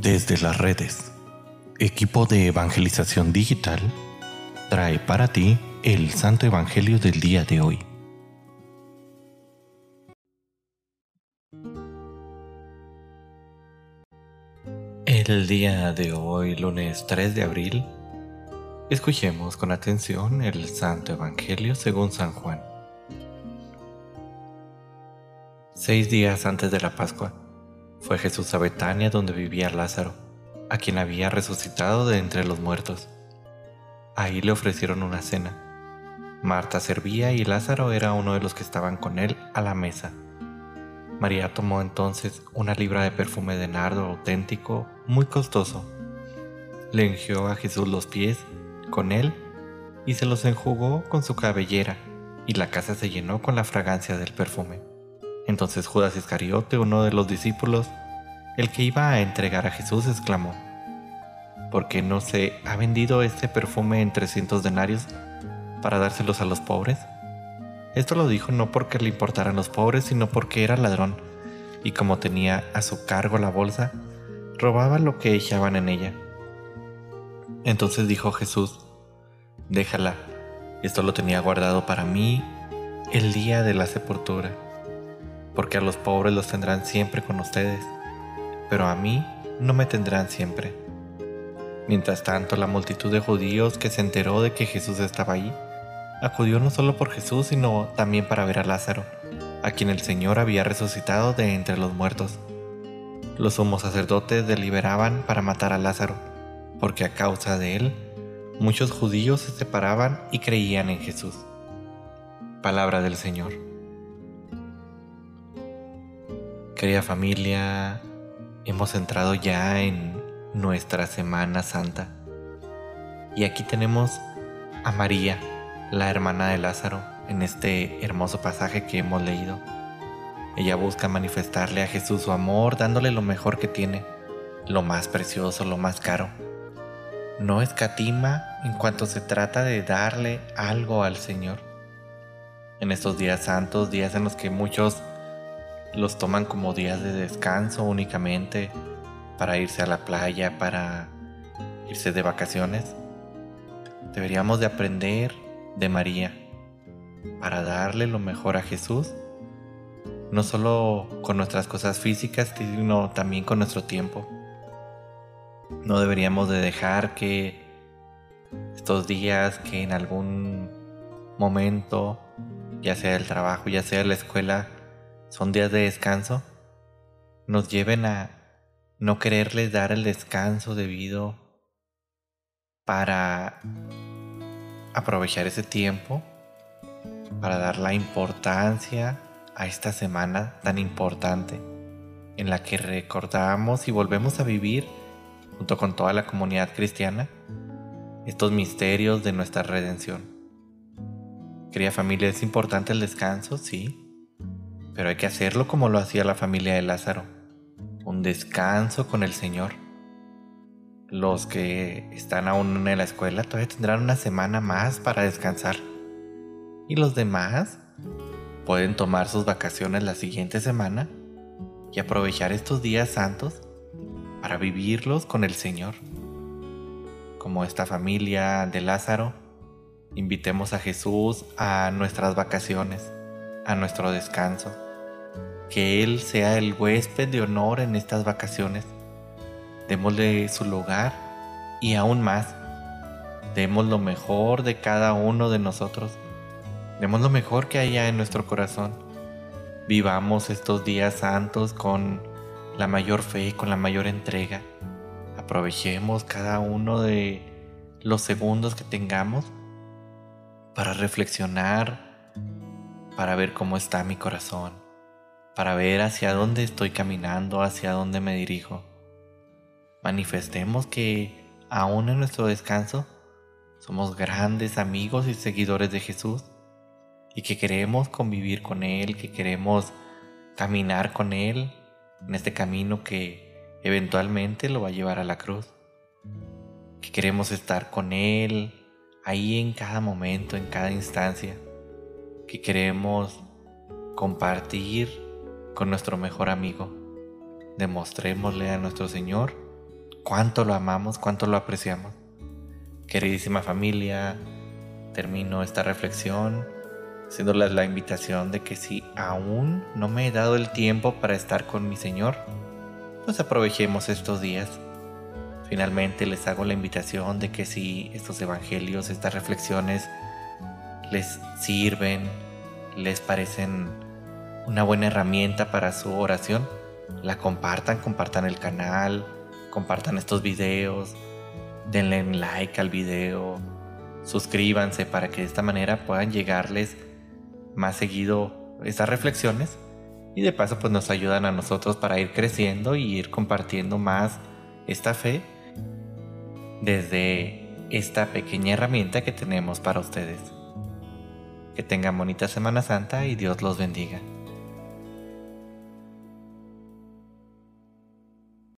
Desde las redes, equipo de evangelización digital trae para ti el Santo Evangelio del día de hoy. El día de hoy, lunes 3 de abril, escuchemos con atención el Santo Evangelio según San Juan. 6 días antes de la Pascua, fue Jesús a Betania, donde vivía Lázaro, a quien había resucitado de entre los muertos. Ahí le ofrecieron una cena. Marta servía y Lázaro era uno de los que estaban con él a la mesa. María tomó entonces una libra de perfume de nardo auténtico, muy costoso. Le ungió a Jesús los pies con él y se los enjugó con su cabellera, y la casa se llenó con la fragancia del perfume. Entonces Judas Iscariote, uno de los discípulos, el que iba a entregar a Jesús, exclamó: ¿por qué no se ha vendido este perfume en 300 denarios para dárselos a los pobres? Esto lo dijo no porque le importaran los pobres, sino porque era ladrón, y como tenía a su cargo la bolsa, robaba lo que echaban en ella. Entonces dijo Jesús: déjala, esto lo tenía guardado para mí el día de la sepultura, porque a los pobres los tendrán siempre con ustedes, pero a mí no me tendrán siempre. Mientras tanto, la multitud de judíos que se enteró de que Jesús estaba ahí, acudió no solo por Jesús, sino también para ver a Lázaro, a quien el Señor había resucitado de entre los muertos. Los sumos sacerdotes deliberaban para matar a Lázaro, porque a causa de él, muchos judíos se separaban y creían en Jesús. Palabra del Señor. Querida familia, hemos entrado ya en nuestra Semana Santa. Y aquí tenemos a María, la hermana de Lázaro, en este hermoso pasaje que hemos leído. Ella busca manifestarle a Jesús su amor, dándole lo mejor que tiene, lo más precioso, lo más caro. No escatima en cuanto se trata de darle algo al Señor. En estos días santos, días en los que muchos los toman como días de descanso únicamente, para irse a la playa, para irse de vacaciones, deberíamos de aprender de María para darle lo mejor a Jesús, no solo con nuestras cosas físicas, sino también con nuestro tiempo. No deberíamos de dejar que estos días que en algún momento, ya sea el trabajo, ya sea la escuela, son días de descanso, nos lleven a no quererles dar el descanso debido para aprovechar ese tiempo, para dar la importancia a esta semana tan importante en la que recordamos y volvemos a vivir junto con toda la comunidad cristiana estos misterios de nuestra redención. Querida familia, ¿es importante el descanso? Sí, pero hay que hacerlo como lo hacía la familia de Lázaro, un descanso con el Señor. Los que están aún en la escuela todavía tendrán una semana más para descansar, y los demás pueden tomar sus vacaciones la siguiente semana y aprovechar estos días santos para vivirlos con el Señor. Como esta familia de Lázaro, invitemos a Jesús a nuestras vacaciones, a nuestro descanso. Que Él sea el huésped de honor en estas vacaciones. Démosle su lugar y aún más, demos lo mejor de cada uno de nosotros. Demos lo mejor que haya en nuestro corazón. Vivamos estos días santos con la mayor fe, con la mayor entrega. Aprovechemos cada uno de los segundos que tengamos para reflexionar, para ver cómo está mi corazón, para ver hacia dónde estoy caminando, hacia dónde me dirijo. Manifestemos que aún en nuestro descanso somos grandes amigos y seguidores de Jesús, y que queremos convivir con Él, que queremos caminar con Él en este camino que eventualmente lo va a llevar a la cruz, que queremos estar con Él ahí en cada momento, en cada instancia, que queremos compartir con nuestro mejor amigo. Demostrémosle a nuestro Señor cuánto lo amamos, cuánto lo apreciamos. Queridísima familia, termino esta reflexión haciéndoles la invitación de que si aún no me he dado el tiempo para estar con mi Señor, pues aprovechemos estos días. Finalmente les hago la invitación de que si estos evangelios, estas reflexiones les sirven, les parecen una buena herramienta para su oración, la compartan el canal, compartan estos videos, denle like al video, suscríbanse para que de esta manera puedan llegarles más seguido estas reflexiones y de paso pues nos ayudan a nosotros para ir creciendo y ir compartiendo más esta fe desde esta pequeña herramienta que tenemos para ustedes. Que tengan bonita Semana Santa y Dios los bendiga.